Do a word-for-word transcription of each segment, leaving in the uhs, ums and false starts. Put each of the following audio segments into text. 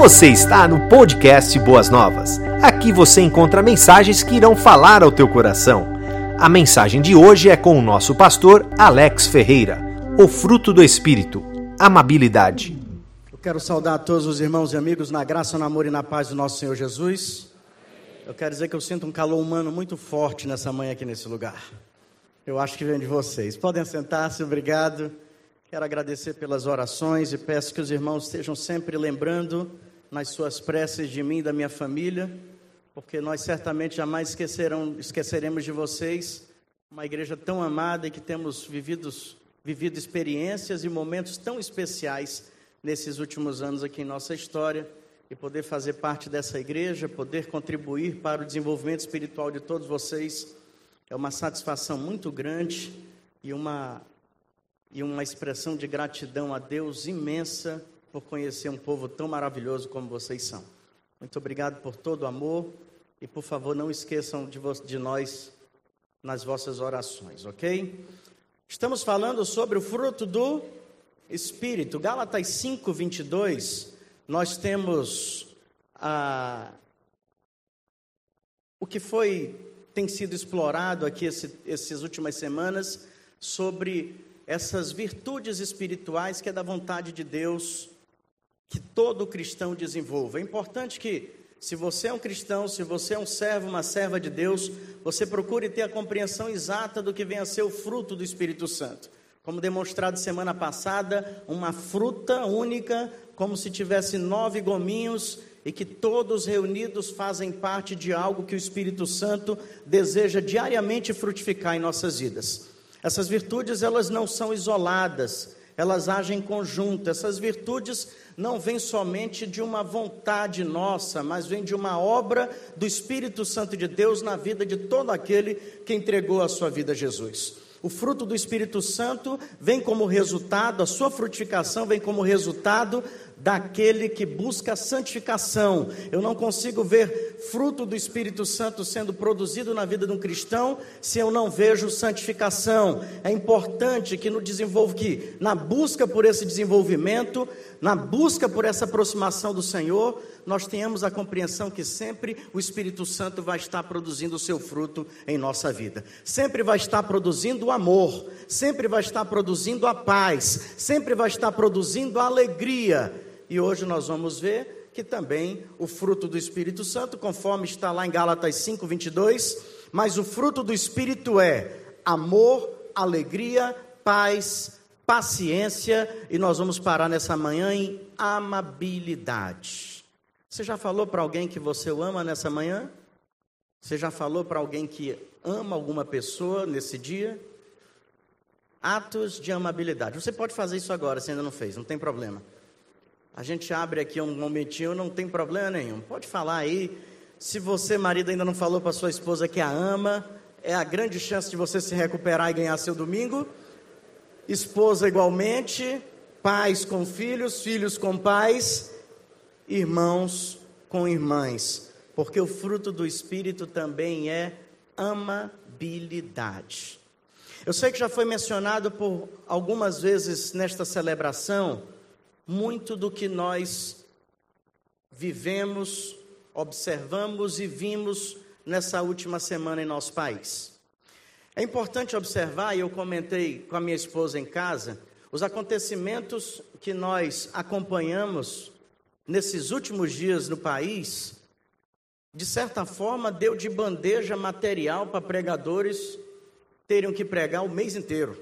Você está no podcast Boas Novas. Aqui você encontra mensagens que irão falar ao teu coração. A mensagem de hoje é com o nosso pastor Alex Ferreira. O fruto do Espírito, amabilidade. Eu quero saudar a todos os irmãos e amigos na graça, no amor e na paz do nosso Senhor Jesus. Eu quero dizer que eu sinto um calor humano muito forte nessa manhã aqui nesse lugar. Eu acho que vem de vocês. Podem sentar-se, obrigado. Quero agradecer pelas orações e peço que os irmãos estejam sempre lembrando nas suas preces de mim e da minha família, porque nós certamente jamais esquecerão, esqueceremos de vocês, uma igreja tão amada e que temos vivido, vivido experiências e momentos tão especiais nesses últimos anos aqui em nossa história, e poder fazer parte dessa igreja, poder contribuir para o desenvolvimento espiritual de todos vocês, é uma satisfação muito grande e uma... e uma expressão de gratidão a Deus imensa por conhecer um povo tão maravilhoso como vocês são. Muito obrigado por todo o amor e, por favor, não esqueçam de, vo- de nós nas vossas orações, ok? Estamos falando sobre o fruto do Espírito. Gálatas cinco, vinte e dois, nós temos ah, o que foi, tem sido explorado aqui esse, essas últimas semanas sobre essas virtudes espirituais que é da vontade de Deus que todo cristão desenvolva. É importante que, se você é um cristão, se você é um servo, uma serva de Deus, você procure ter a compreensão exata do que vem a ser o fruto do Espírito Santo. Como demonstrado semana passada, uma fruta única, como se tivesse nove gominhos, e que todos reunidos fazem parte de algo que o Espírito Santo deseja diariamente frutificar em nossas vidas. Essas virtudes, elas não são isoladas, elas agem em conjunto. Essas virtudes não vêm somente de uma vontade nossa, mas vêm de uma obra do Espírito Santo de Deus na vida de todo aquele que entregou a sua vida a Jesus. O fruto do Espírito Santo vem como resultado, a sua frutificação vem como resultado daquele que busca a santificação. Eu não consigo ver fruto do Espírito Santo sendo produzido na vida de um cristão se eu não vejo santificação. É importante que no desenvolv... que na busca por esse desenvolvimento, na busca por essa aproximação do Senhor, nós tenhamos a compreensão que sempre o Espírito Santo vai estar produzindo o seu fruto em nossa vida. Sempre vai estar produzindo o amor, sempre vai estar produzindo a paz, sempre vai estar produzindo a alegria. E hoje nós vamos ver que também o fruto do Espírito Santo, conforme está lá em Gálatas cinco, vinte e dois, mas o fruto do Espírito é amor, alegria, paz, paciência, e nós vamos parar nessa manhã em amabilidade. Você já falou para alguém que você o ama nessa manhã? Você já falou para alguém que ama alguma pessoa nesse dia? Atos de amabilidade. Você pode fazer isso agora, se ainda não fez, não tem problema. A gente abre aqui um momentinho, não tem problema nenhum. Pode falar aí. Se você, marido, ainda não falou para sua esposa que a ama, é a grande chance de você se recuperar e ganhar seu domingo. Esposa igualmente, pais com filhos, filhos com pais, irmãos com irmãs. Porque o fruto do Espírito também é amabilidade. Eu sei que já foi mencionado por algumas vezes nesta celebração, muito do que nós vivemos, observamos e vimos nessa última semana em nosso país. É importante observar, e eu comentei com a minha esposa em casa, os acontecimentos que nós acompanhamos nesses últimos dias no país, de certa forma deu de bandeja material para pregadores terem que pregar o mês inteiro.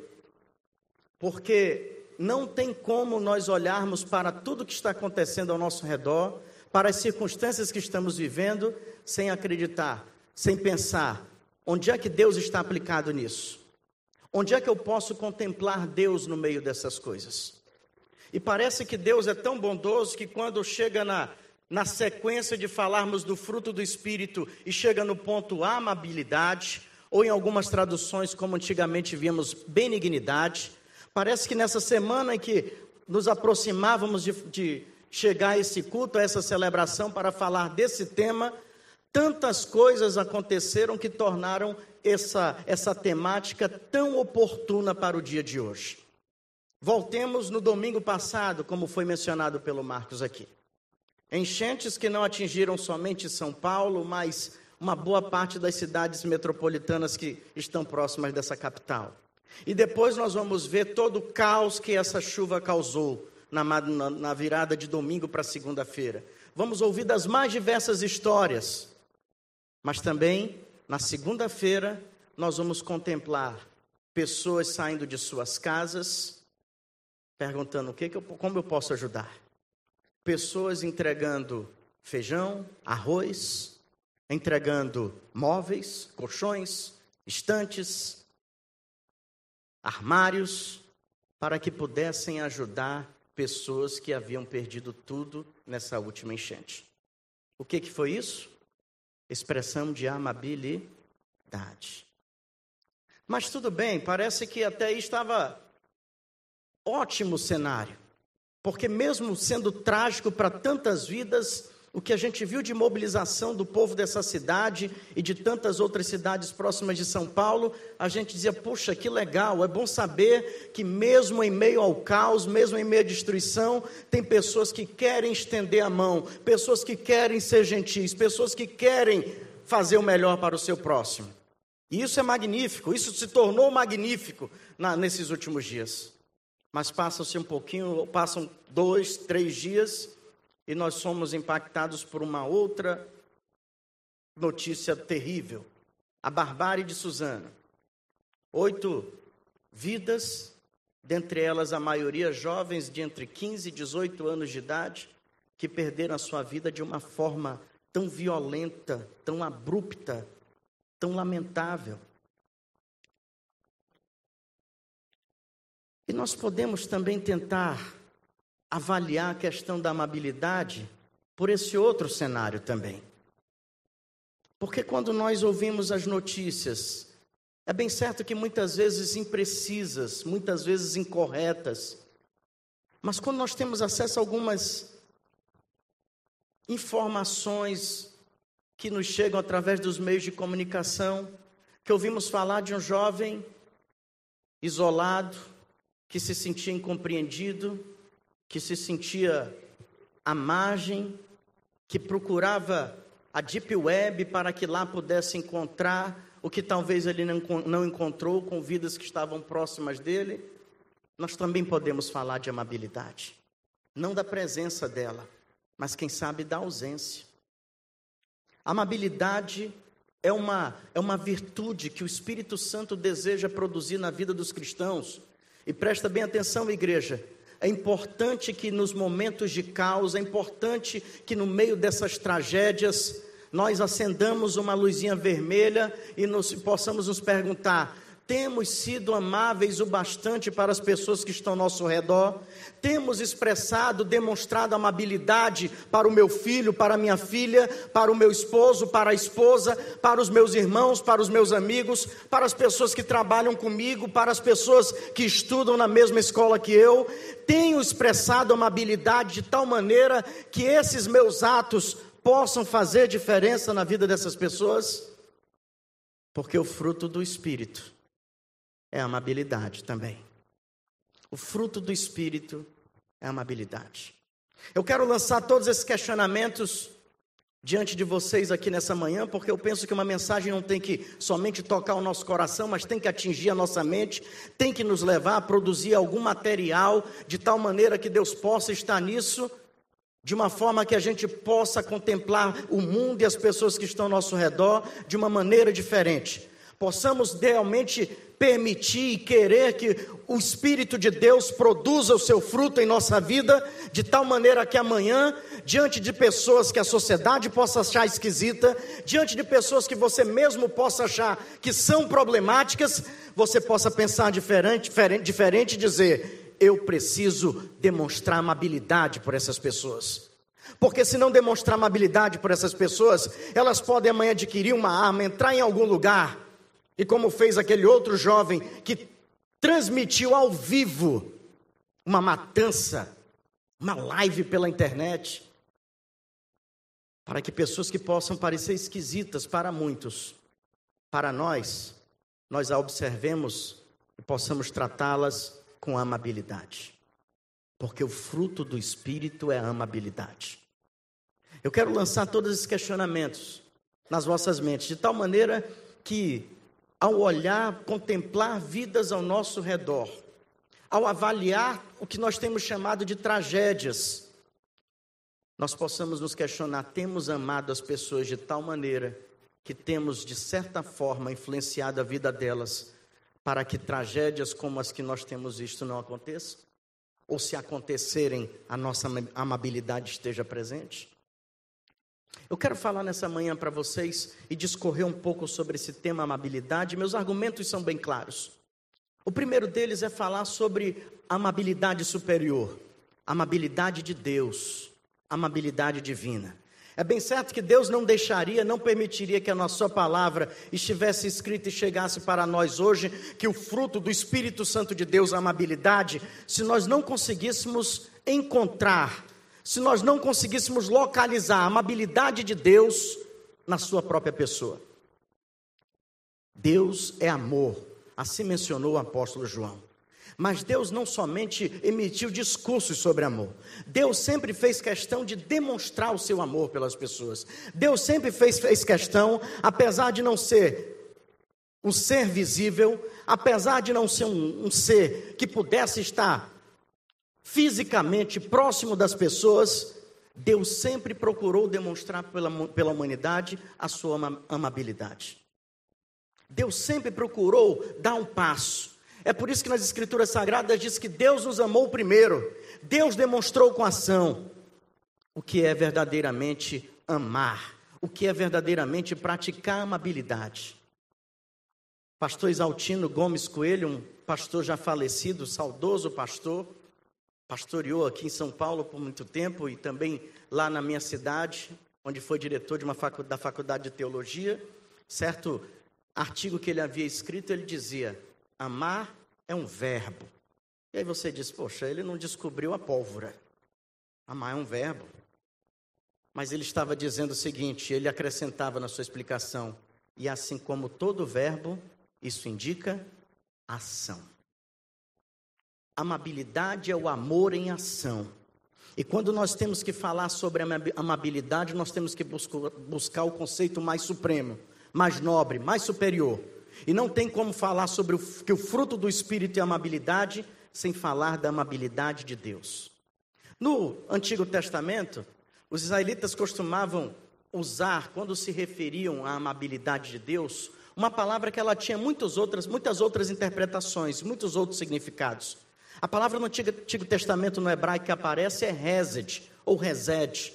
Porque não tem como nós olharmos para tudo que está acontecendo ao nosso redor, para as circunstâncias que estamos vivendo, sem acreditar, sem pensar, onde é que Deus está aplicado nisso? Onde é que eu posso contemplar Deus no meio dessas coisas? E parece que Deus é tão bondoso que quando chega na, na sequência de falarmos do fruto do Espírito e chega no ponto amabilidade, ou em algumas traduções, como antigamente víamos, benignidade, parece que nessa semana em que nos aproximávamos de, de chegar a esse culto, a essa celebração para falar desse tema, tantas coisas aconteceram que tornaram essa, essa temática tão oportuna para o dia de hoje. Voltemos no domingo passado, como foi mencionado pelo Marcos aqui. Enchentes que não atingiram somente São Paulo, mas uma boa parte das cidades metropolitanas que estão próximas dessa capital. E depois nós vamos ver todo o caos que essa chuva causou na, na, na virada de domingo para segunda-feira. Vamos ouvir das mais diversas histórias, mas também na segunda-feira nós vamos contemplar pessoas saindo de suas casas, perguntando o que, que eu, como eu posso ajudar. Pessoas entregando feijão, arroz, entregando móveis, colchões, estantes, armários, para que pudessem ajudar pessoas que haviam perdido tudo nessa última enchente. O que, que foi isso? Expressão de amabilidade. Mas tudo bem, parece que até aí estava ótimo o cenário. Porque mesmo sendo trágico para tantas vidas, o que a gente viu de mobilização do povo dessa cidade e de tantas outras cidades próximas de São Paulo, a gente dizia, puxa, que legal, é bom saber que mesmo em meio ao caos, mesmo em meio à destruição, tem pessoas que querem estender a mão, pessoas que querem ser gentis, pessoas que querem fazer o melhor para o seu próximo. E isso é magnífico, isso se tornou magnífico na, nesses últimos dias. Mas passa-se um pouquinho, passam dois, três dias e nós somos impactados por uma outra notícia terrível. A barbárie de Suzano. Oito vidas, dentre elas a maioria jovens de entre quinze e dezoito anos de idade, que perderam a sua vida de uma forma tão violenta, tão abrupta, tão lamentável. E nós podemos também tentar avaliar a questão da amabilidade por esse outro cenário também. Porque quando nós ouvimos as notícias, é bem certo que muitas vezes imprecisas, muitas vezes incorretas, mas quando nós temos acesso a algumas informações que nos chegam através dos meios de comunicação, que ouvimos falar de um jovem isolado, que se sentia incompreendido, que se sentia à margem, que procurava a Deep Web para que lá pudesse encontrar o que talvez ele não, não encontrou com vidas que estavam próximas dele. Nós também podemos falar de amabilidade, não da presença dela, mas quem sabe da ausência. Amabilidade é uma, é uma virtude que o Espírito Santo deseja produzir na vida dos cristãos. E presta bem atenção, igreja, é importante que nos momentos de caos, é importante que no meio dessas tragédias, nós acendamos uma luzinha vermelha e nos, possamos nos perguntar, temos sido amáveis o bastante para as pessoas que estão ao nosso redor? Temos expressado, demonstrado amabilidade para o meu filho, para a minha filha, para o meu esposo, para a esposa, para os meus irmãos, para os meus amigos, para as pessoas que trabalham comigo, para as pessoas que estudam na mesma escola que eu? Tenho expressado amabilidade de tal maneira que esses meus atos possam fazer diferença na vida dessas pessoas? Porque o fruto do Espírito é a amabilidade também. O fruto do Espírito é a amabilidade. Eu quero lançar todos esses questionamentos diante de vocês aqui nessa manhã, porque eu penso que uma mensagem não tem que somente tocar o nosso coração, mas tem que atingir a nossa mente, tem que nos levar a produzir algum material, de tal maneira que Deus possa estar nisso, de uma forma que a gente possa contemplar o mundo e as pessoas que estão ao nosso redor de uma maneira diferente. Possamos realmente permitir e querer que o Espírito de Deus produza o seu fruto em nossa vida, de tal maneira que amanhã, diante de pessoas que a sociedade possa achar esquisita, diante de pessoas que você mesmo possa achar que são problemáticas, você possa pensar diferente, diferente, diferente e dizer, eu preciso demonstrar amabilidade por essas pessoas. Porque se não demonstrar amabilidade por essas pessoas, elas podem amanhã adquirir uma arma, entrar em algum lugar, e como fez aquele outro jovem que transmitiu ao vivo uma matança, uma live pela internet, para que pessoas que possam parecer esquisitas para muitos, para nós, nós a observemos e possamos tratá-las com amabilidade. Porque o fruto do Espírito é a amabilidade. Eu quero lançar todos esses questionamentos nas vossas mentes, de tal maneira que, ao olhar, contemplar vidas ao nosso redor, ao avaliar o que nós temos chamado de tragédias, nós possamos nos questionar: temos amado as pessoas de tal maneira que temos, de certa forma, influenciado a vida delas para que tragédias como as que nós temos visto não aconteçam? Ou, se acontecerem, a nossa amabilidade esteja presente? Eu quero falar nessa manhã para vocês e discorrer um pouco sobre esse tema amabilidade. Meus argumentos são bem claros. O primeiro deles é falar sobre amabilidade superior, amabilidade de Deus, amabilidade divina. É bem certo que Deus não deixaria, não permitiria que a nossa palavra estivesse escrita e chegasse para nós hoje, que o fruto do Espírito Santo de Deus, a amabilidade, se nós não conseguíssemos encontrar, se nós não conseguíssemos localizar a amabilidade de Deus na sua própria pessoa. Deus é amor, assim mencionou o apóstolo João. Mas Deus não somente emitiu discursos sobre amor. Deus sempre fez questão de demonstrar o seu amor pelas pessoas. Deus sempre fez, fez questão, apesar de não ser um ser visível, apesar de não ser um, um ser que pudesse estar fisicamente próximo das pessoas, Deus sempre procurou demonstrar pela, pela humanidade a sua amabilidade. Deus sempre procurou dar um passo. É por isso que nas Escrituras Sagradas diz que Deus nos amou primeiro. Deus demonstrou com ação o que é verdadeiramente amar, o que é verdadeiramente praticar amabilidade. Pastor Isaltino Gomes Coelho, um pastor já falecido, saudoso pastor, pastoreou aqui em São Paulo por muito tempo e também lá na minha cidade, onde foi diretor de uma facu- da faculdade de teologia. Certo artigo que ele havia escrito, ele dizia: amar é um verbo. E aí você diz: poxa, ele não descobriu a pólvora. Amar é um verbo. Mas ele estava dizendo o seguinte, ele acrescentava na sua explicação: e assim como todo verbo, isso indica ação. Amabilidade é o amor em ação. E quando nós temos que falar sobre amabilidade, nós temos que buscar, buscar o conceito mais supremo, mais nobre, mais superior. E não tem como falar sobre o, que o fruto do Espírito é amabilidade, sem falar da amabilidade de Deus. No Antigo Testamento, os israelitas costumavam usar, quando se referiam à amabilidade de Deus, uma palavra que ela tinha muitas outras, muitas outras interpretações, muitos outros significados. A palavra no Antigo, Antigo Testamento, no hebraico, que aparece é hesed, ou resed.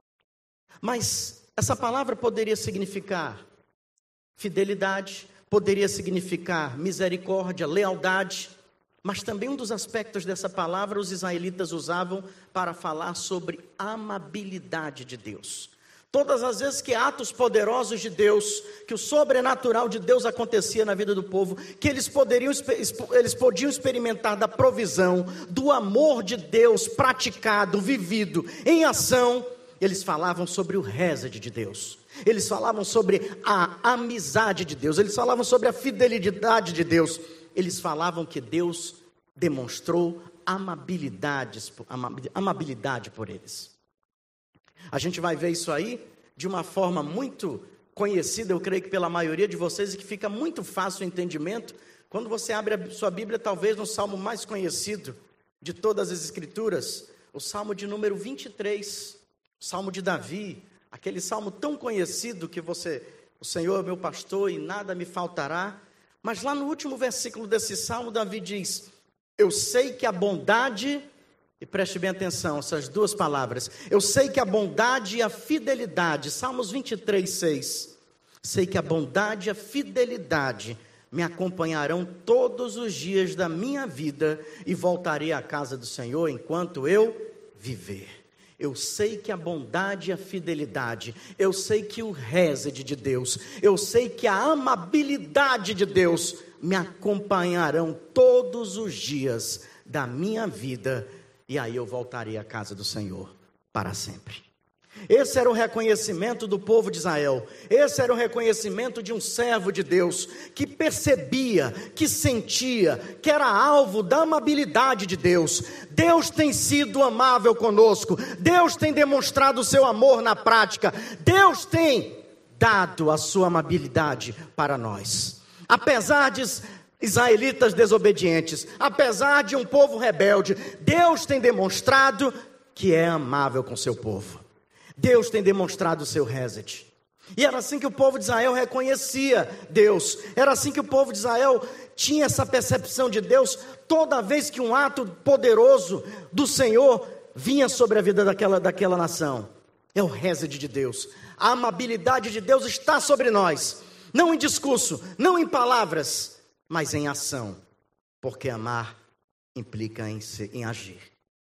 Mas essa palavra poderia significar fidelidade, poderia significar misericórdia, lealdade, mas também um dos aspectos dessa palavra os israelitas usavam para falar sobre amabilidade de Deus. Todas as vezes que atos poderosos de Deus, que o sobrenatural de Deus acontecia na vida do povo, que eles poderiam, eles podiam experimentar da provisão, do amor de Deus praticado, vivido, em ação, eles falavam sobre o hesed de Deus. Eles falavam sobre a amizade de Deus, eles falavam sobre a fidelidade de Deus, eles falavam que Deus demonstrou amabilidade, amabilidade por eles. A gente vai ver isso aí de uma forma muito conhecida, eu creio que pela maioria de vocês, e que fica muito fácil o entendimento, quando você abre a sua Bíblia, talvez no salmo mais conhecido de todas as Escrituras, o salmo de número vinte e três, o salmo de Davi, aquele salmo tão conhecido que você, o Senhor é meu pastor e nada me faltará. Mas lá no último versículo desse salmo, Davi diz: eu sei que a bondade, e preste bem atenção, essas duas palavras, eu sei que a bondade e a fidelidade, Salmos vinte e três, seis, sei que a bondade e a fidelidade me acompanharão todos os dias da minha vida e voltarei à casa do Senhor enquanto eu viver. Eu sei que a bondade e a fidelidade, eu sei que o hesed de Deus, eu sei que a amabilidade de Deus me acompanharão todos os dias da minha vida, e aí eu voltarei à casa do Senhor para sempre. Esse era o reconhecimento do povo de Israel. Esse era o reconhecimento de um servo de Deus, que percebia, que sentia, que era alvo da amabilidade de Deus. Deus tem sido amável conosco. Deus tem demonstrado o seu amor na prática. Deus tem dado a sua amabilidade para nós. Apesar de israelitas desobedientes, apesar de um povo rebelde, Deus tem demonstrado que é amável com seu povo. Deus tem demonstrado o seu reset. E era assim que o povo de Israel reconhecia Deus. Era assim que o povo de Israel tinha essa percepção de Deus toda vez que um ato poderoso do Senhor vinha sobre a vida daquela, daquela nação. É o reset de Deus. A amabilidade de Deus está sobre nós. Não em discurso, não em palavras, mas em ação. Porque amar implica em, ser, em agir.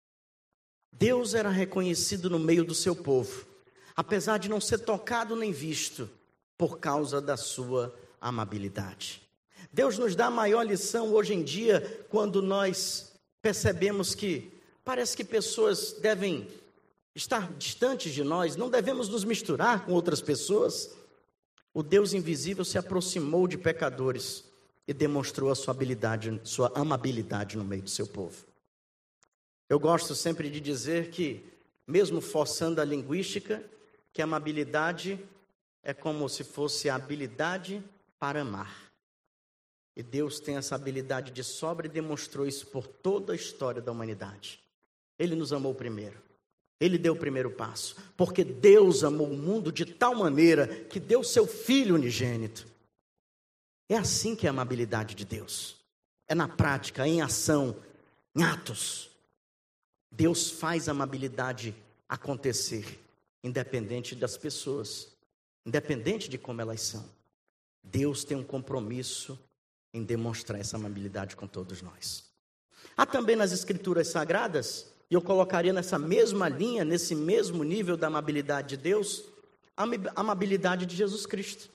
Deus era reconhecido no meio do seu povo, apesar de não ser tocado nem visto, por causa da sua amabilidade. Deus nos dá a maior lição hoje em dia, quando nós percebemos que parece que pessoas devem estar distantes de nós, não devemos nos misturar com outras pessoas. O Deus invisível se aproximou de pecadores e demonstrou a sua habilidade, sua amabilidade no meio do seu povo. Eu gosto sempre de dizer que, mesmo forçando a linguística, que a amabilidade é como se fosse a habilidade para amar. E Deus tem essa habilidade de sobra e demonstrou isso por toda a história da humanidade. Ele nos amou primeiro. Ele deu o primeiro passo. Porque Deus amou o mundo de tal maneira que deu seu Filho unigênito. É assim que é a amabilidade de Deus. É na prática, em ação, em atos. Deus faz a amabilidade acontecer, independente das pessoas, independente de como elas são. Deus tem um compromisso em demonstrar essa amabilidade com todos nós. Há também nas Escrituras Sagradas, e eu colocaria nessa mesma linha, nesse mesmo nível da amabilidade de Deus, a amabilidade de Jesus Cristo.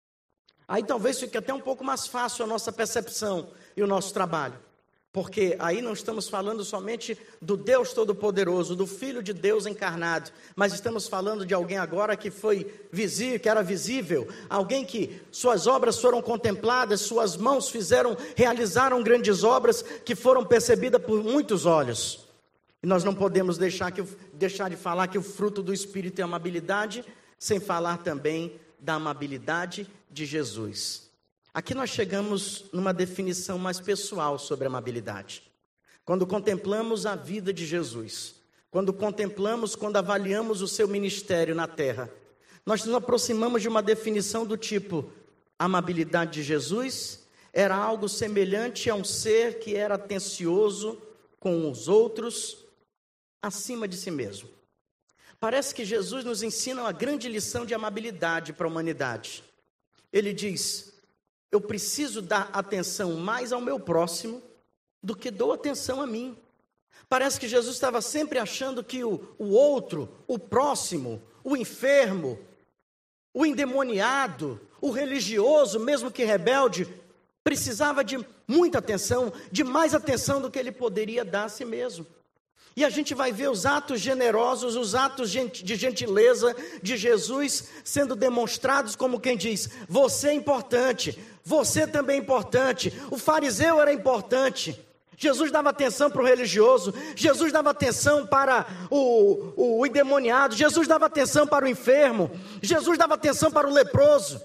Aí talvez fique até um pouco mais fácil a nossa percepção e o nosso trabalho. Porque aí não estamos falando somente do Deus Todo-Poderoso, do Filho de Deus encarnado, mas estamos falando de alguém agora que foi visível, que era visível, alguém que suas obras foram contempladas, suas mãos fizeram, realizaram grandes obras que foram percebidas por muitos olhos. E nós não podemos deixar, que, deixar de falar que o fruto do Espírito é amabilidade, sem falar também da amabilidade de Jesus. Aqui nós chegamos numa definição mais pessoal sobre a amabilidade. Quando contemplamos a vida de Jesus, quando contemplamos, quando avaliamos o seu ministério na terra, nós nos aproximamos de uma definição do tipo: a amabilidade de Jesus era algo semelhante a um ser que era atencioso com os outros, acima de si mesmo. Parece que Jesus nos ensina uma grande lição de amabilidade para a humanidade. Ele diz: eu preciso dar atenção mais ao meu próximo do que dou atenção a mim. Parece que Jesus estava sempre achando que o, o outro, o próximo, o enfermo, o endemoniado, o religioso, mesmo que rebelde, precisava de muita atenção, de mais atenção do que ele poderia dar a si mesmo. E a gente vai ver os atos generosos, os atos de gentileza de Jesus sendo demonstrados como quem diz: você é importante, você também é importante. O fariseu era importante. Jesus dava atenção para o religioso, Jesus dava atenção para o, o endemoniado, Jesus dava atenção para o enfermo, Jesus dava atenção para o leproso.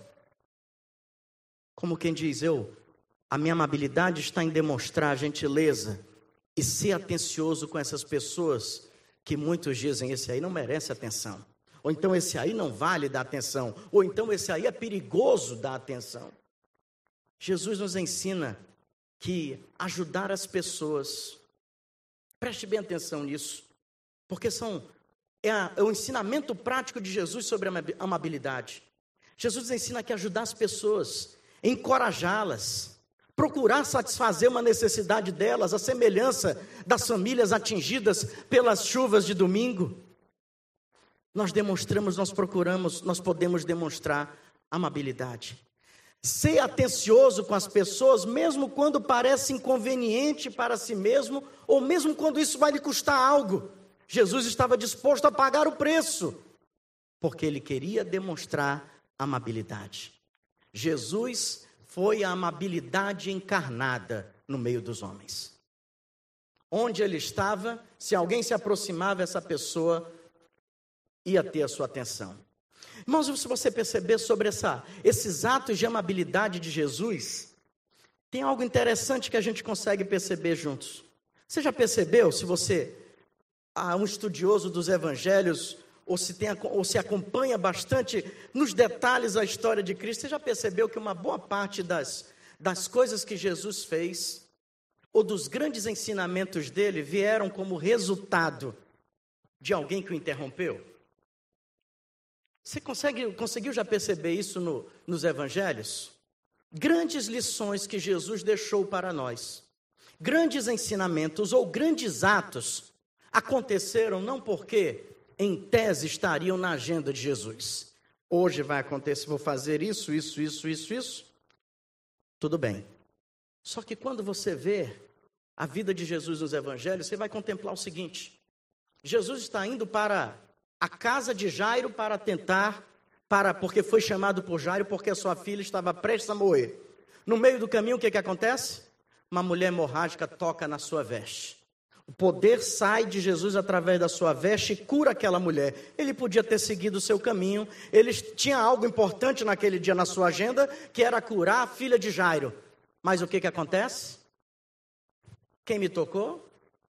Como quem diz: eu, a minha amabilidade está em demonstrar gentileza e ser atencioso com essas pessoas que muitos dizem: esse aí não merece atenção, ou então esse aí não vale dar atenção, ou então esse aí é perigoso dar atenção. Jesus nos ensina que ajudar as pessoas, preste bem atenção nisso, porque são, é, a, é o ensinamento prático de Jesus sobre a amabilidade. Jesus ensina que ajudar as pessoas, encorajá-las, procurar satisfazer uma necessidade delas, a semelhança das famílias atingidas pelas chuvas de domingo. Nós demonstramos, nós procuramos, nós podemos demonstrar amabilidade. Ser atencioso com as pessoas, mesmo quando parece inconveniente para si mesmo, ou mesmo quando isso vai lhe custar algo. Jesus estava disposto a pagar o preço porque ele queria demonstrar amabilidade. Jesus foi a amabilidade encarnada no meio dos homens. Onde ele estava, se alguém se aproximava, essa pessoa ia ter a sua atenção. Irmãos, se você perceber sobre essa, esses atos de amabilidade de Jesus, tem algo interessante que a gente consegue perceber juntos. Você já percebeu, se você é um estudioso dos evangelhos, ou se, tem, ou se acompanha bastante nos detalhes a história de Cristo, você já percebeu que uma boa parte das, das coisas que Jesus fez, ou dos grandes ensinamentos dele, vieram como resultado de alguém que o interrompeu? Você consegue, conseguiu já perceber isso no, nos evangelhos? Grandes lições que Jesus deixou para nós, grandes ensinamentos ou grandes atos aconteceram não porque, em tese, estariam na agenda de Jesus. Hoje vai acontecer, vou fazer isso, isso, isso, isso, isso. Tudo bem. Só que quando você vê a vida de Jesus nos evangelhos, você vai contemplar o seguinte: Jesus está indo para a casa de Jairo para tentar, para, porque foi chamado por Jairo, porque a sua filha estava prestes a morrer. No meio do caminho, o que, que acontece? Uma mulher hemorrágica toca na sua veste. O poder sai de Jesus através da sua veste e cura aquela mulher. Ele podia ter seguido o seu caminho. Ele tinha algo importante naquele dia na sua agenda, que era curar a filha de Jairo. Mas o que, que acontece? Quem me tocou?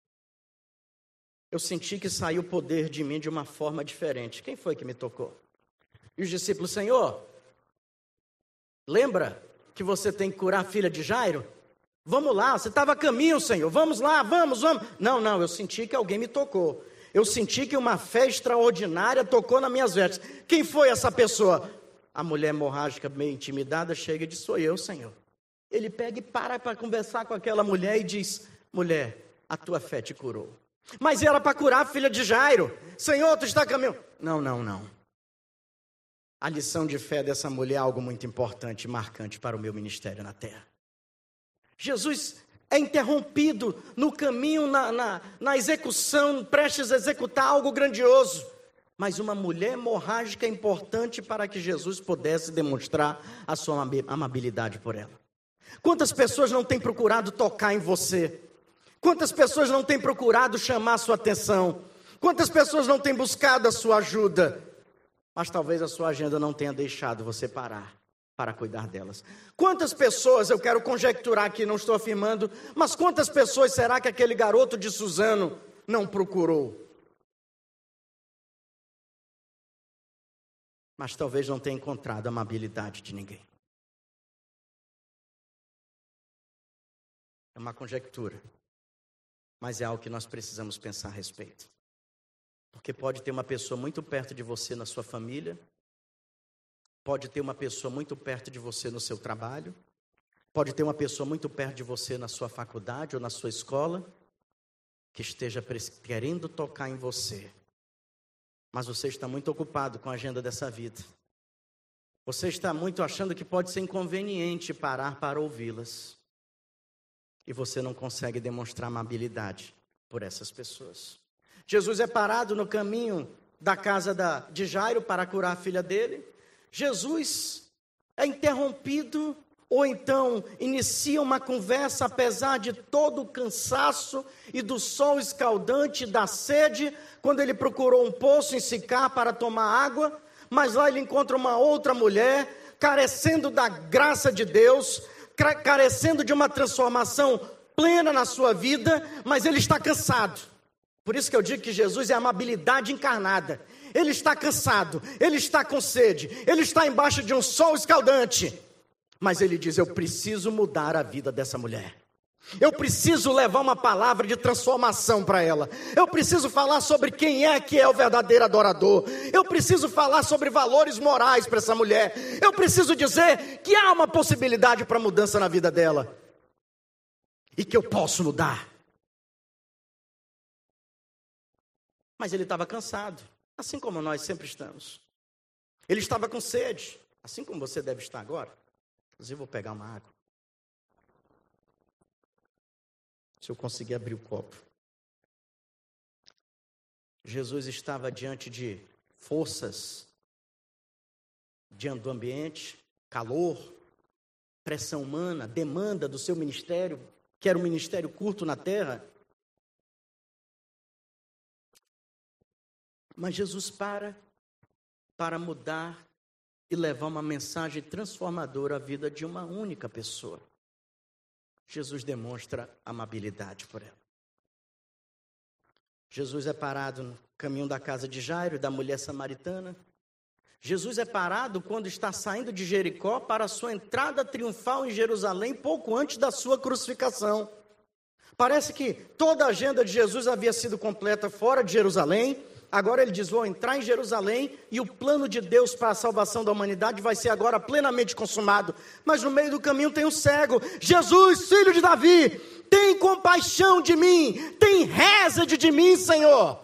Eu senti que saiu o poder de mim de uma forma diferente. Quem foi que me tocou? E os discípulos: Senhor, lembra que você tem que curar a filha de Jairo? Vamos lá, você estava a caminho, Senhor, vamos lá, vamos, vamos. Não, não, eu senti que alguém me tocou. Eu senti que uma fé extraordinária tocou nas minhas vestes. Quem foi essa pessoa? A mulher hemorrágica, meio intimidada, chega e diz: sou eu, Senhor. Ele pega e para para conversar com aquela mulher e diz: mulher, a tua fé te curou. Mas era para curar a filha de Jairo. Senhor, tu está a caminho. Não, não, não. A lição de fé dessa mulher é algo muito importante e marcante para o meu ministério na terra. Jesus é interrompido no caminho, na, na, na execução, prestes a executar algo grandioso. Mas uma mulher hemorrágica é importante para que Jesus pudesse demonstrar a sua amabilidade por ela. Quantas pessoas não têm procurado tocar em você? Quantas pessoas não têm procurado chamar a sua atenção? Quantas pessoas não têm buscado a sua ajuda? Mas talvez a sua agenda não tenha deixado você parar para cuidar delas. Quantas pessoas, eu quero conjecturar aqui, não estou afirmando, mas quantas pessoas será que aquele garoto de Suzano não procurou? Mas talvez não tenha encontrado a amabilidade de ninguém. É uma conjectura. Mas é algo que nós precisamos pensar a respeito. Porque pode ter uma pessoa muito perto de você na sua família, pode ter uma pessoa muito perto de você no seu trabalho, pode ter uma pessoa muito perto de você na sua faculdade ou na sua escola, que esteja querendo tocar em você. Mas você está muito ocupado com a agenda dessa vida. Você está muito achando que pode ser inconveniente parar para ouvi-las. E você não consegue demonstrar amabilidade por essas pessoas. Jesus é parado no caminho da casa da, de Jairo para curar a filha dele. Jesus é interrompido, ou então inicia uma conversa, apesar de todo o cansaço e do sol escaldante, da sede, quando ele procurou um poço em Sicar para tomar água, mas lá ele encontra uma outra mulher, carecendo da graça de Deus, carecendo de uma transformação plena na sua vida, mas ele está cansado. Por isso que eu digo que Jesus é a amabilidade encarnada. Ele está cansado, ele está com sede, ele está embaixo de um sol escaldante, mas ele diz: eu preciso mudar a vida dessa mulher. Eu preciso levar uma palavra de transformação para ela. Eu preciso falar sobre quem é que é o verdadeiro adorador. Eu preciso falar sobre valores morais para essa mulher. Eu preciso dizer que há uma possibilidade para mudança na vida dela. E que eu posso mudar. Mas ele estava cansado, assim como nós sempre estamos. Ele estava com sede, assim como você deve estar agora. Inclusive, vou pegar uma água. Se eu conseguir abrir o copo. Jesus estava diante de forças diante do ambiente, calor, pressão humana, demanda do seu ministério, que era um ministério curto na terra. Mas Jesus para, para mudar e levar uma mensagem transformadora à vida de uma única pessoa. Jesus demonstra amabilidade por ela. Jesus é parado no caminho da casa de Jairo, da mulher samaritana. Jesus é parado quando está saindo de Jericó para a sua entrada triunfal em Jerusalém, pouco antes da sua crucificação. Parece que toda a agenda de Jesus havia sido completa fora de Jerusalém. Agora ele diz, vou entrar em Jerusalém e o plano de Deus para a salvação da humanidade vai ser agora plenamente consumado. Mas no meio do caminho tem um cego. Jesus, filho de Davi, tem compaixão de mim, tem reza-te de mim, Senhor.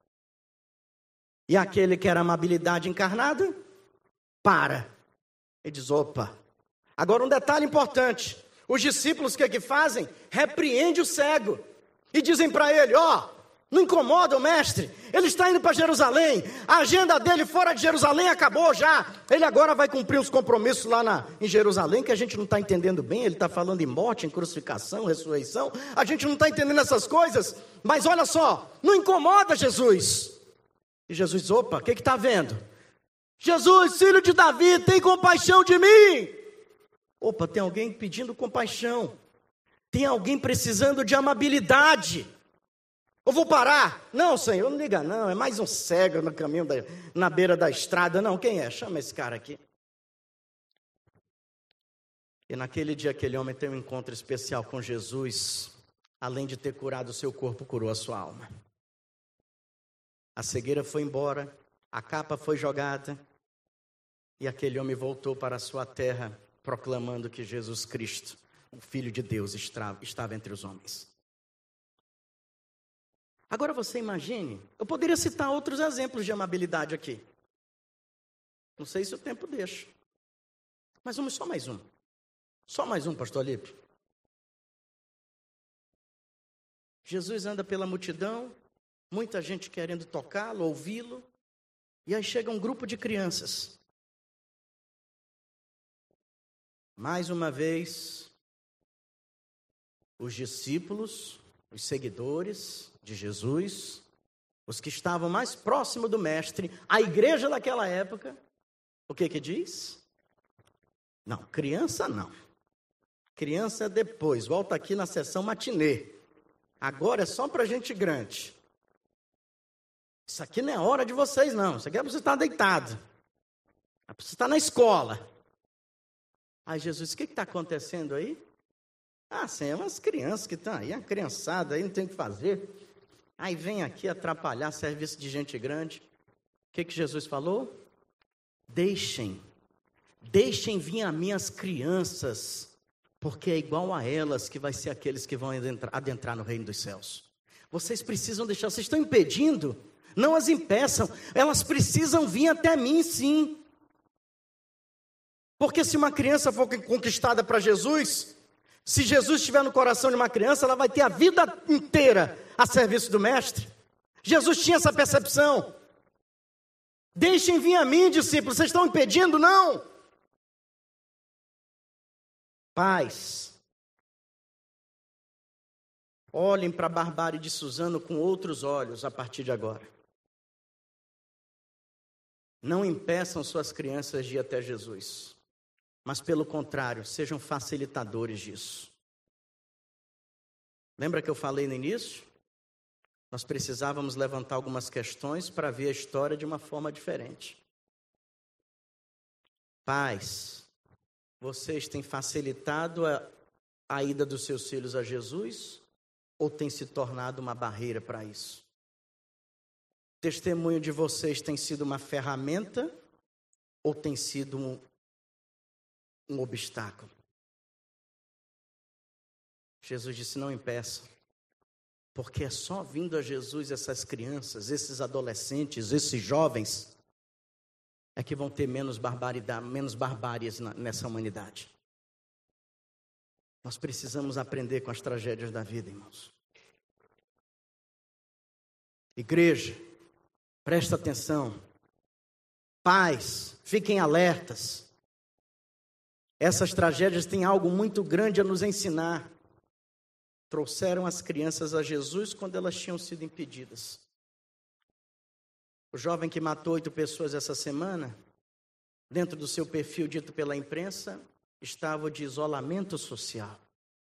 E aquele que era amabilidade encarnada, para. Ele diz, opa. Agora um detalhe importante. Os discípulos o que é que fazem? Repreendem o cego. E dizem para ele, ó, oh, não incomoda o mestre. Ele está indo para Jerusalém. A agenda dele fora de Jerusalém acabou já. Ele agora vai cumprir os compromissos lá na, em Jerusalém, que a gente não está entendendo bem. Ele está falando em morte, em crucificação, ressurreição. A gente não está entendendo essas coisas. Mas olha só, não incomoda Jesus. E Jesus diz, opa, o que está vendo? Jesus, filho de Davi, tem compaixão de mim. Opa, tem alguém pedindo compaixão. Tem alguém precisando de amabilidade. Eu vou parar? Não, Senhor, não liga não. É mais um cego no caminho, da, na beira da estrada. Não, quem é? Chama esse cara aqui. E naquele dia, aquele homem tem um encontro especial com Jesus. Além de ter curado o seu corpo, curou a sua alma. A cegueira foi embora, a capa foi jogada, e aquele homem voltou para a sua terra, proclamando que Jesus Cristo, o Filho de Deus, estava entre os homens. Agora você imagine, eu poderia citar outros exemplos de amabilidade aqui. Não sei se o tempo deixa. Mas vamos só mais um. Só mais um, pastor Alípio. Jesus anda pela multidão, muita gente querendo tocá-lo, ouvi-lo. E aí chega um grupo de crianças. Mais uma vez, os discípulos, os seguidores de Jesus, os que estavam mais próximos do mestre, a igreja daquela época, o que que diz? Não, criança não. Criança depois, volta aqui na sessão matinê. Agora é só para gente grande. Isso aqui não é hora de vocês não, isso aqui é para você estar deitado. É para você estar na escola. Aí Jesus, o que está acontecendo aí? Ah, sim, é umas crianças que estão aí, a criançada aí não tem o que fazer. Aí vem aqui atrapalhar serviço de gente grande. O que que Jesus falou? Deixem, deixem vir a mim as crianças, porque é igual a elas que vai ser aqueles que vão adentrar, adentrar no reino dos céus. Vocês precisam deixar, vocês estão impedindo, não as impeçam, elas precisam vir até mim sim. Porque se uma criança for conquistada para Jesus, se Jesus estiver no coração de uma criança, ela vai ter a vida inteira a serviço do mestre. Jesus tinha essa percepção. Deixem vir a mim, discípulos, vocês estão impedindo? Não. Pais, olhem para a barbárie de Suzano com outros olhos a partir de agora. Não impeçam suas crianças de ir até Jesus, mas pelo contrário, sejam facilitadores disso. Lembra que eu falei no início? Nós precisávamos levantar algumas questões para ver a história de uma forma diferente. Pais, vocês têm facilitado a, a ida dos seus filhos a Jesus ou tem se tornado uma barreira para isso? O testemunho de vocês tem sido uma ferramenta ou tem sido um, um obstáculo? Jesus disse, não impeçam, porque é só vindo a Jesus essas crianças, esses adolescentes, esses jovens, é que vão ter menos barbaridade, menos barbáries nessa humanidade. Nós precisamos aprender com as tragédias da vida, irmãos. Igreja, presta atenção. Pais, fiquem alertas. Essas tragédias têm algo muito grande a nos ensinar. Trouxeram as crianças a Jesus quando elas tinham sido impedidas. O jovem que matou oito pessoas essa semana, dentro do seu perfil dito pela imprensa, estava de isolamento social.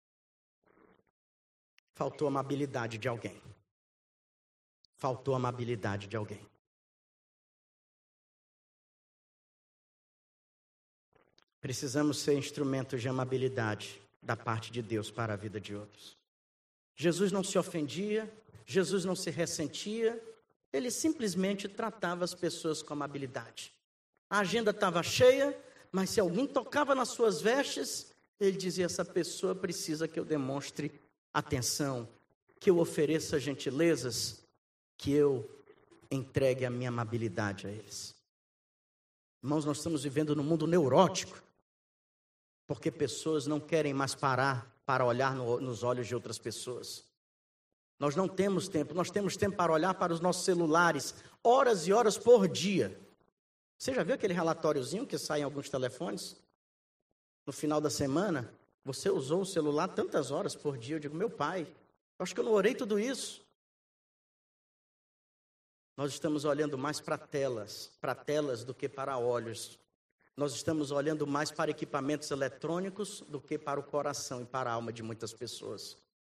Faltou amabilidade de alguém. Faltou amabilidade de alguém. Precisamos ser instrumentos de amabilidade da parte de Deus para a vida de outros. Jesus não se ofendia, Jesus não se ressentia, ele simplesmente tratava as pessoas com amabilidade. A agenda estava cheia, mas se alguém tocava nas suas vestes, ele dizia: essa pessoa precisa que eu demonstre atenção, que eu ofereça gentilezas, que eu entregue a minha amabilidade a eles. Irmãos, nós estamos vivendo num mundo neurótico, porque pessoas não querem mais parar para olhar no, nos olhos de outras pessoas. Nós não temos tempo, nós temos tempo para olhar para os nossos celulares, horas e horas por dia. Você já viu aquele relatóriozinho que sai em alguns telefones? No final da semana, você usou o celular tantas horas por dia. Eu digo: meu pai, eu acho que eu não orei tudo isso. Nós estamos olhando mais para telas, para telas do que para olhos. Nós estamos olhando mais para equipamentos eletrônicos do que para o coração e para a alma de muitas pessoas.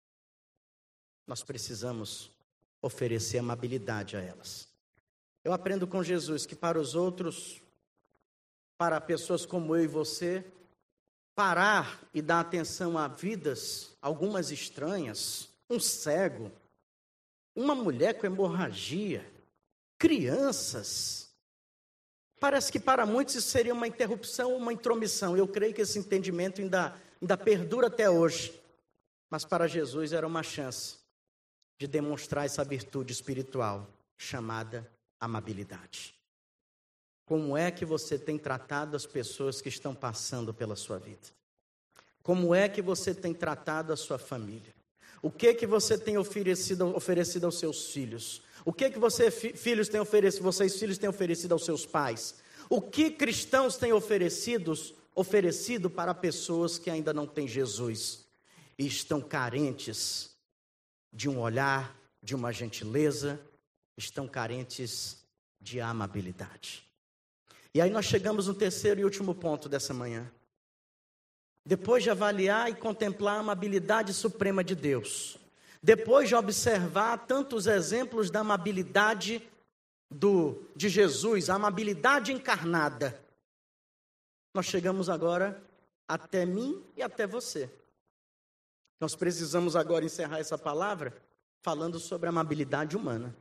Nós precisamos oferecer amabilidade a elas. Eu aprendo com Jesus que para os outros, para pessoas como eu e você, parar e dar atenção a vidas, algumas estranhas, um cego, uma mulher com hemorragia, crianças. Parece que para muitos isso seria uma interrupção ou uma intromissão. Eu creio que esse entendimento ainda, ainda perdura até hoje. Mas para Jesus era uma chance de demonstrar essa virtude espiritual chamada amabilidade. Como é que você tem tratado as pessoas que estão passando pela sua vida? Como é que você tem tratado a sua família? O que que você tem oferecido, oferecido aos seus filhos? O que que você, filhos, têm oferecido, vocês filhos têm oferecido aos seus pais? O que cristãos têm oferecido, oferecido para pessoas que ainda não têm Jesus e estão carentes de um olhar, de uma gentileza, estão carentes de amabilidade? E aí nós chegamos no terceiro e último ponto dessa manhã. Depois de avaliar e contemplar a amabilidade suprema de Deus, depois de observar tantos exemplos da amabilidade do, de Jesus, a amabilidade encarnada, nós chegamos agora até mim e até você. Nós precisamos agora encerrar essa palavra falando sobre a amabilidade humana.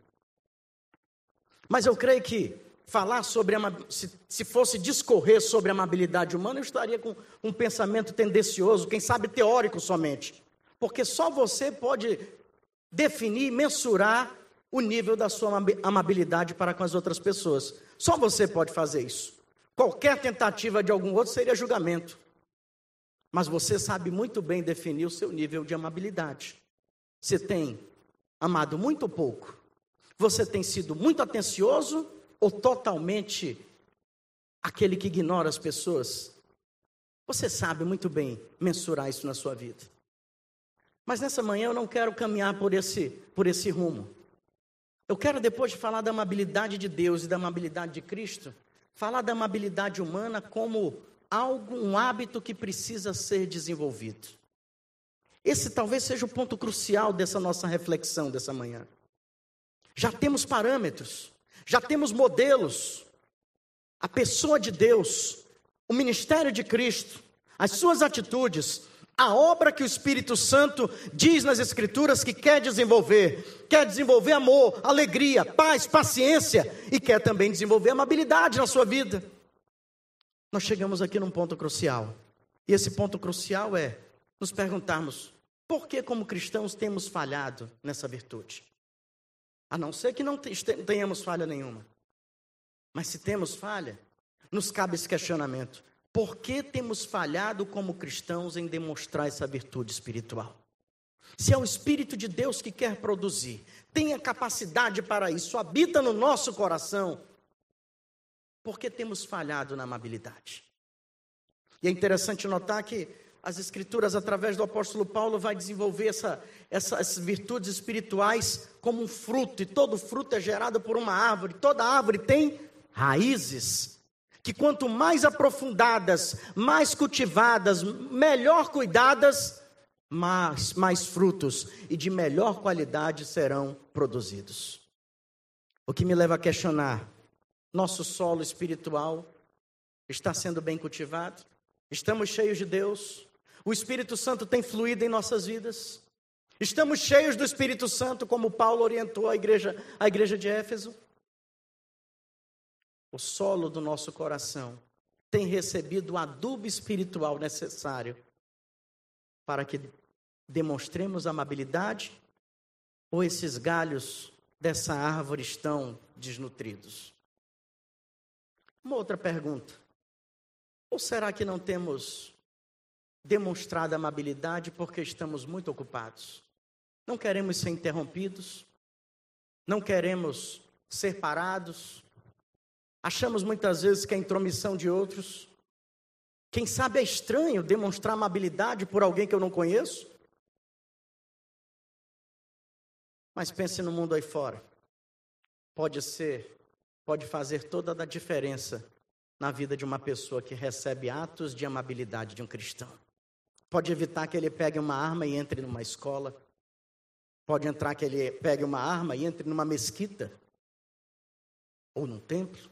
Mas eu creio que falar sobre, se, se fosse discorrer sobre a amabilidade humana, eu estaria com um pensamento tendencioso, quem sabe teórico somente. Porque só você pode definir, mensurar o nível da sua amabilidade para com as outras pessoas. Só você pode fazer isso. Qualquer tentativa de algum outro seria julgamento. Mas você sabe muito bem definir o seu nível de amabilidade. Você tem amado muito ou pouco? Você tem sido muito atencioso ou totalmente aquele que ignora as pessoas? Você sabe muito bem mensurar isso na sua vida. Mas nessa manhã eu não quero caminhar por esse, por esse rumo. Eu quero, depois de falar da amabilidade de Deus e da amabilidade de Cristo, falar da amabilidade humana como algo, um hábito que precisa ser desenvolvido. Esse talvez seja o ponto crucial dessa nossa reflexão dessa manhã. Já temos parâmetros, já temos modelos. A pessoa de Deus, o ministério de Cristo, as suas atitudes, a obra que o Espírito Santo diz nas Escrituras que quer desenvolver. Quer desenvolver amor, alegria, paz, paciência e quer também desenvolver amabilidade na sua vida. Nós chegamos aqui num ponto crucial. E esse ponto crucial é nos perguntarmos: por que como cristãos temos falhado nessa virtude? A não ser que não tenhamos falha nenhuma. Mas se temos falha, nos cabe esse questionamento: por que temos falhado como cristãos em demonstrar essa virtude espiritual? Se é o Espírito de Deus que quer produzir, tem a capacidade para isso, habita no nosso coração, Porque temos falhado na amabilidade. E é interessante notar que as Escrituras, através do apóstolo Paulo, vai desenvolver essa, essa, essas virtudes espirituais como um fruto. E todo fruto é gerado por uma árvore. Toda árvore tem raízes, que quanto mais aprofundadas, mais cultivadas, melhor cuidadas, mais, mais frutos e de melhor qualidade serão produzidos. O que me leva a questionar: nosso solo espiritual está sendo bem cultivado? Estamos cheios de Deus? O Espírito Santo tem fluído em nossas vidas? Estamos cheios do Espírito Santo, como Paulo orientou a igreja, a igreja de Éfeso? O solo do nosso coração tem recebido o adubo espiritual necessário para que demonstremos amabilidade, ou esses galhos dessa árvore estão desnutridos? Uma outra pergunta: ou será que não temos demonstrado amabilidade porque estamos muito ocupados? Não queremos ser interrompidos, não queremos ser parados, achamos muitas vezes que é intromissão de outros. Quem sabe é estranho demonstrar amabilidade por alguém que eu não conheço? Mas pense no mundo aí fora. Pode ser, pode fazer toda a diferença na vida de uma pessoa que recebe atos de amabilidade de um cristão. Pode evitar que ele pegue uma arma e entre numa escola. Pode entrar que ele pegue uma arma e entre numa mesquita ou num templo.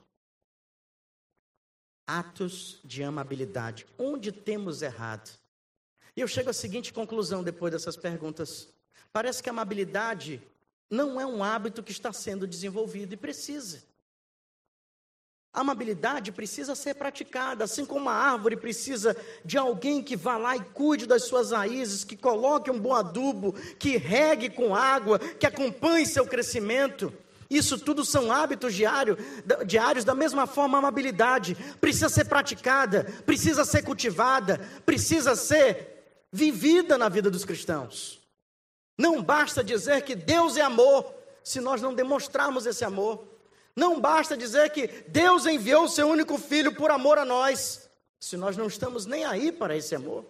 Atos de amabilidade. Onde temos errado? E eu chego à seguinte conclusão depois dessas perguntas. Parece que a amabilidade não é um hábito que está sendo desenvolvido e precisa. A amabilidade precisa ser praticada, assim como a árvore precisa de alguém que vá lá e cuide das suas raízes, que coloque um bom adubo, que regue com água, que acompanhe seu crescimento. Isso tudo são hábitos diário, diários, da mesma forma a amabilidade precisa ser praticada, precisa ser cultivada, precisa ser vivida na vida dos cristãos. Não basta dizer que Deus é amor, se nós não demonstrarmos esse amor. Não basta dizer que Deus enviou o seu único filho por amor a nós, se nós não estamos nem aí para esse amor.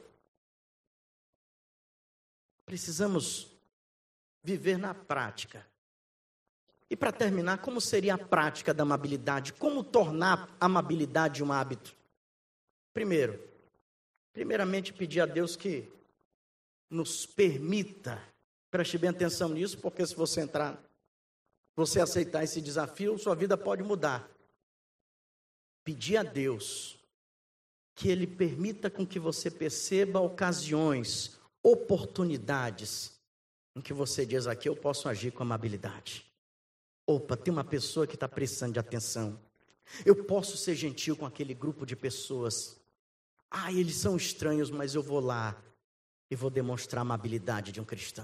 Precisamos viver na prática. E para terminar, como seria a prática da amabilidade? Como tornar a amabilidade um hábito? Primeiro, primeiramente pedir a Deus que nos permita, preste bem atenção nisso, porque se você entrar, você aceitar esse desafio, sua vida pode mudar. Pedir a Deus que Ele permita com que você perceba ocasiões, oportunidades, em que você diz: aqui eu posso agir com amabilidade. Opa, tem uma pessoa que está precisando de atenção. Eu posso ser gentil com aquele grupo de pessoas. Ah, eles são estranhos, mas eu vou lá e vou demonstrar a amabilidade de um cristão.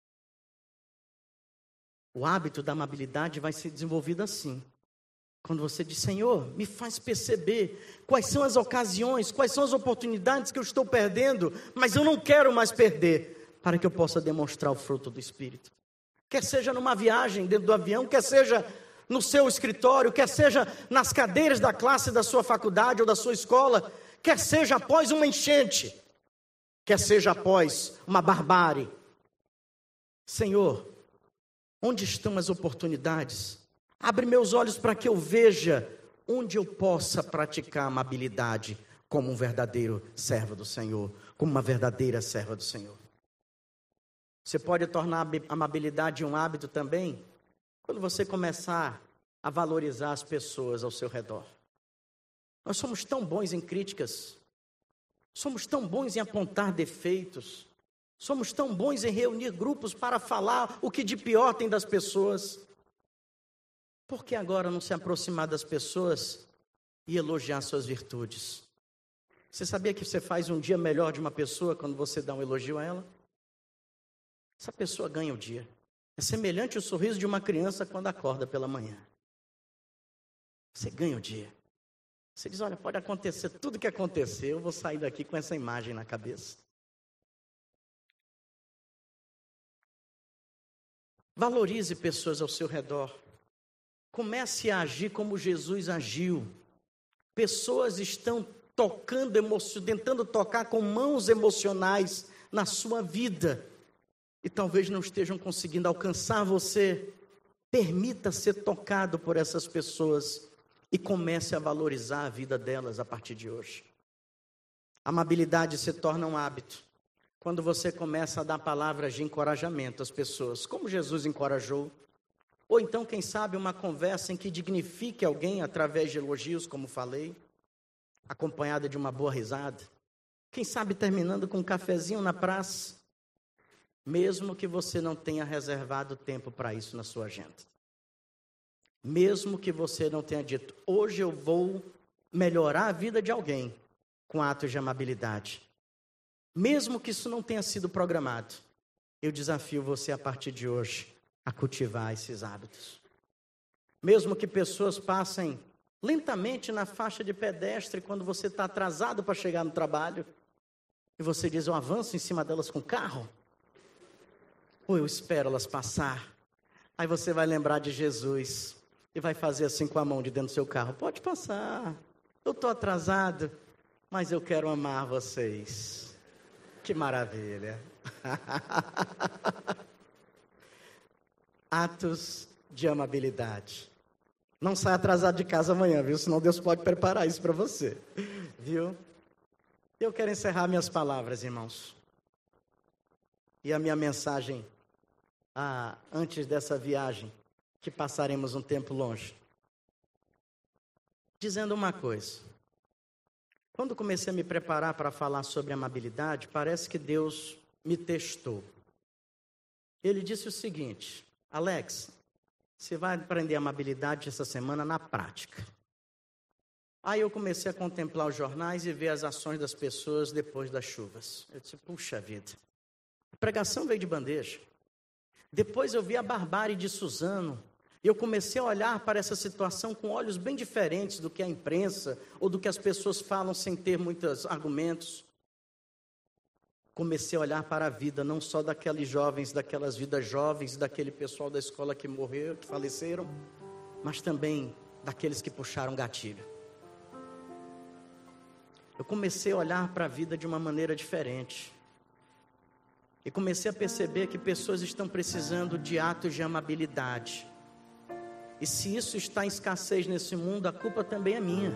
O hábito da amabilidade vai ser desenvolvido assim. Quando você diz: Senhor, me faz perceber quais são as ocasiões, quais são as oportunidades que eu estou perdendo, mas eu não quero mais perder, para que eu possa demonstrar o fruto do Espírito. Quer seja numa viagem dentro do avião, quer seja no seu escritório, quer seja nas cadeiras da classe da sua faculdade ou da sua escola, quer seja após uma enchente, quer seja após uma barbárie. Senhor, onde estão as oportunidades? Abre meus olhos para que eu veja onde eu possa praticar amabilidade como um verdadeiro servo do Senhor, como uma verdadeira serva do Senhor. Você pode tornar a amabilidade um hábito também quando você começar a valorizar as pessoas ao seu redor. Nós somos tão bons em críticas, somos tão bons em apontar defeitos, somos tão bons em reunir grupos para falar o que de pior tem das pessoas. Por que agora não se aproximar das pessoas e elogiar suas virtudes? Você sabia que você faz um dia melhor de uma pessoa quando você dá um elogio a ela? Essa pessoa ganha o dia. É semelhante ao sorriso de uma criança quando acorda pela manhã. Você ganha o dia. Você diz: olha, pode acontecer tudo que acontecer, eu vou sair daqui com essa imagem na cabeça. Valorize pessoas ao seu redor. Comece a agir como Jesus agiu. Pessoas estão tocando, emocio, tentando tocar com mãos emocionais na sua vida, e talvez não estejam conseguindo alcançar você. Permita ser tocado por essas pessoas e comece a valorizar a vida delas a partir de hoje. A amabilidade se torna um hábito quando você começa a dar palavras de encorajamento às pessoas, como Jesus encorajou. Ou então, quem sabe, uma conversa em que dignifique alguém através de elogios, como falei, acompanhada de uma boa risada. Quem sabe terminando com um cafezinho na praça, mesmo que você não tenha reservado tempo para isso na sua agenda. Mesmo que você não tenha dito, hoje eu vou melhorar a vida de alguém com atos de amabilidade. Mesmo que isso não tenha sido programado, eu desafio você a partir de hoje a cultivar esses hábitos. Mesmo que pessoas passem lentamente na faixa de pedestre quando você está atrasado para chegar no trabalho, e você diz, eu avanço em cima delas com o carro, ou eu espero elas passar. Aí você vai lembrar de Jesus e vai fazer assim com a mão de dentro do seu carro, pode passar, eu estou atrasado, mas eu quero amar vocês. Que maravilha. Atos de amabilidade. Não sai atrasado de casa amanhã, viu? Senão Deus pode preparar isso para você, viu? Eu quero encerrar minhas palavras, irmãos. E a minha mensagem, ah, antes dessa viagem, que passaremos um tempo longe, dizendo uma coisa. Quando comecei a me preparar para falar sobre amabilidade, parece que Deus me testou. Ele disse o seguinte, Alex, você vai aprender amabilidade essa semana na prática. Aí eu comecei a contemplar os jornais e ver as ações das pessoas depois das chuvas. Eu disse, puxa vida, a pregação veio de bandeja. Depois eu vi a barbárie de Suzano. E eu comecei a olhar para essa situação com olhos bem diferentes do que a imprensa ou do que as pessoas falam sem ter muitos argumentos. Comecei a olhar para a vida, não só daqueles jovens, daquelas vidas jovens, daquele pessoal da escola que morreu, que faleceram, mas também daqueles que puxaram gatilho. Eu comecei a olhar para a vida de uma maneira diferente. E comecei a perceber que pessoas estão precisando de atos de amabilidade. E se isso está em escassez nesse mundo, a culpa também é minha.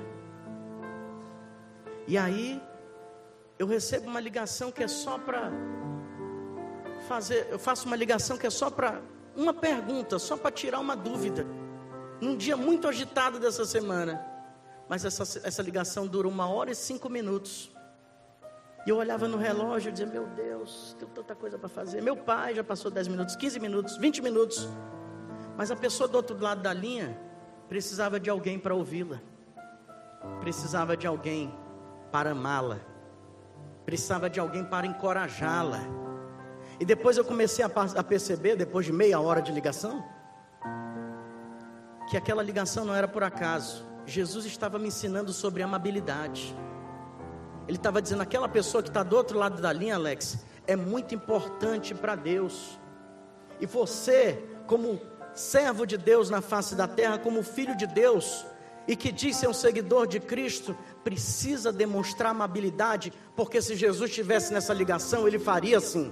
E aí, eu recebo uma ligação que é só para fazer, eu faço uma ligação que é só para uma pergunta, só para tirar uma dúvida. Num dia muito agitado dessa semana. Mas essa, essa ligação dura uma hora e cinco minutos. E eu olhava no relógio e dizia, meu Deus, tem tanta coisa para fazer. Meu pai já passou dez minutos, quinze minutos, vinte minutos. Mas a pessoa do outro lado da linha precisava de alguém para ouvi-la. Precisava de alguém para amá-la. Precisava de alguém para encorajá-la. E depois eu comecei a, a perceber, depois de meia hora de ligação, que aquela ligação não era por acaso. Jesus estava me ensinando sobre amabilidade. Ele estava dizendo, aquela pessoa que está do outro lado da linha, Alex, é muito importante para Deus. E você, como servo de Deus na face da terra, como filho de Deus, e que diz ser um seguidor de Cristo, precisa demonstrar amabilidade, porque se Jesus estivesse nessa ligação, ele faria assim.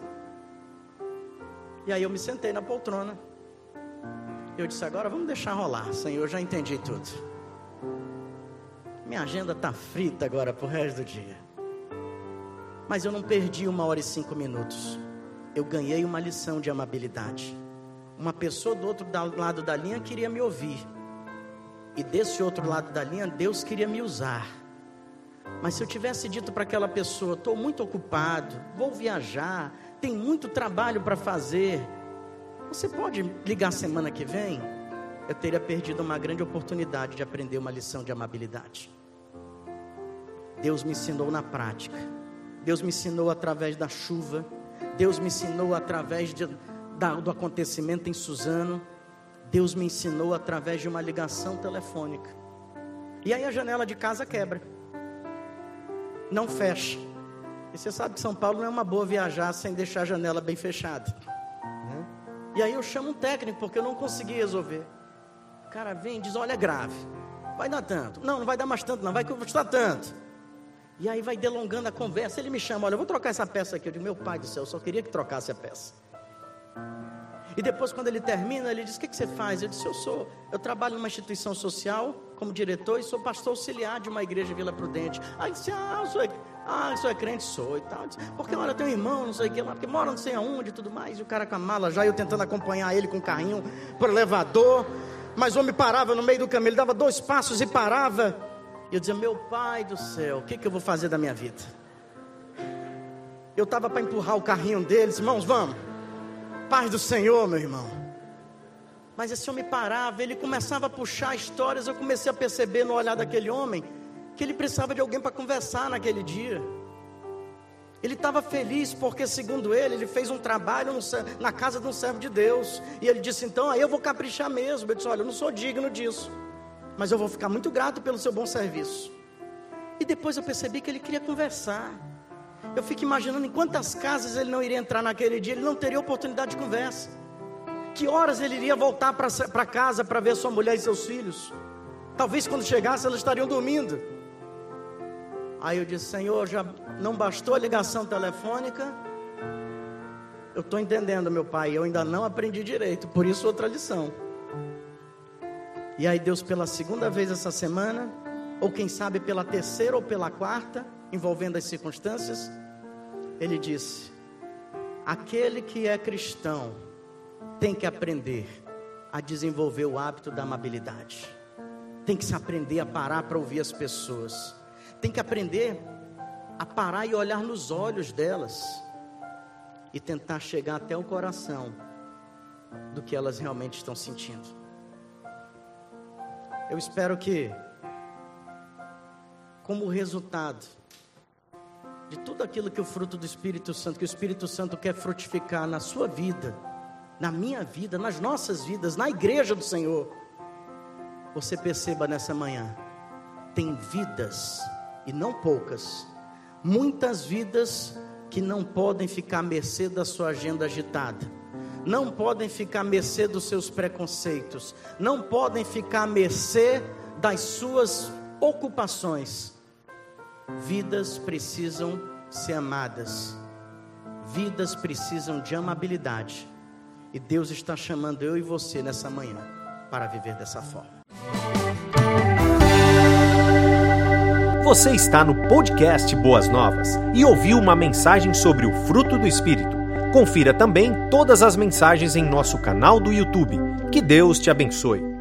E aí eu me sentei na poltrona. Eu disse, agora vamos deixar rolar, Senhor, eu já entendi tudo. Minha agenda está frita agora para o resto do dia. Mas eu não perdi uma hora e cinco minutos. Eu ganhei uma lição de amabilidade. Uma pessoa do outro lado da linha queria me ouvir. E desse outro lado da linha, Deus queria me usar. Mas se eu tivesse dito para aquela pessoa, estou muito ocupado, vou viajar, tem muito trabalho para fazer, você pode ligar semana que vem? Eu teria perdido uma grande oportunidade de aprender uma lição de amabilidade. Deus me ensinou na prática. Deus me ensinou através da chuva. Deus me ensinou através de, da, do acontecimento em Suzano. Deus me ensinou através de uma ligação telefônica. E aí a janela de casa quebra. Não fecha. E você sabe que São Paulo não é uma boa viajar sem deixar a janela bem fechada, né? E aí eu chamo um técnico porque eu não consegui resolver. O cara vem e diz, olha, é grave. Vai dar tanto. Não, não vai dar mais tanto não, vai custar tanto. E aí vai delongando a conversa. Ele me chama, olha, eu vou trocar essa peça aqui. Eu digo, meu pai do céu, eu só queria que trocasse a peça. E depois, quando ele termina, ele diz, o que, que você faz? Eu disse, eu sou, eu trabalho numa instituição social como diretor e sou pastor auxiliar de uma igreja em Vila Prudente. Aí ele disse, ah, eu sou, ah, eu sou crente, sou e tal. Disse, porque olha, eu tenho um irmão, não sei o que lá, porque mora não sei aonde e tudo mais. E o cara com a mala já, eu tentando acompanhar ele com o carrinho pro elevador. Mas o homem parava no meio do caminho, ele dava dois passos e parava. E eu dizia, meu pai do céu, o que, que eu vou fazer da minha vida? Eu estava para empurrar o carrinho deles, irmãos, vamos. Paz do Senhor, meu irmão. Mas esse homem parava, ele começava a puxar histórias. Eu comecei a perceber no olhar daquele homem que ele precisava de alguém para conversar naquele dia. Ele estava feliz porque, segundo ele, ele fez um trabalho no, na casa de um servo de Deus. E ele disse, então, aí eu vou caprichar mesmo. Eu disse, olha, eu não sou digno disso, mas eu vou ficar muito grato pelo seu bom serviço. E depois eu percebi que ele queria conversar. Eu fico imaginando em quantas casas ele não iria entrar naquele dia, ele não teria oportunidade de conversa. Que horas ele iria voltar para casa para ver sua mulher e seus filhos? Talvez quando chegasse elas estariam dormindo. Aí eu disse, Senhor, já não bastou a ligação telefônica? Eu estou entendendo, meu pai, eu ainda não aprendi direito, por isso outra lição. E aí Deus, pela segunda vez essa semana, ou quem sabe pela terceira ou pela quarta, envolvendo as circunstâncias, Ele disse, aquele que é cristão tem que aprender a desenvolver o hábito da amabilidade. Tem que se aprender a parar para ouvir as pessoas. Tem que aprender a parar e olhar nos olhos delas e tentar chegar até o coração do que elas realmente estão sentindo. Eu espero que, como resultado de tudo aquilo que o fruto do Espírito Santo, que o Espírito Santo quer frutificar na sua vida, na minha vida, nas nossas vidas, na igreja do Senhor, você perceba nessa manhã, tem vidas, e não poucas, muitas vidas que não podem ficar à mercê da sua agenda agitada, não podem ficar à mercê dos seus preconceitos, não podem ficar à mercê das suas ocupações. Vidas precisam ser amadas, vidas precisam de amabilidade, e Deus está chamando eu e você nessa manhã para viver dessa forma. Você está no podcast Boas Novas e ouviu uma mensagem sobre o fruto do Espírito. Confira também todas as mensagens em nosso canal do YouTube. Que Deus te abençoe.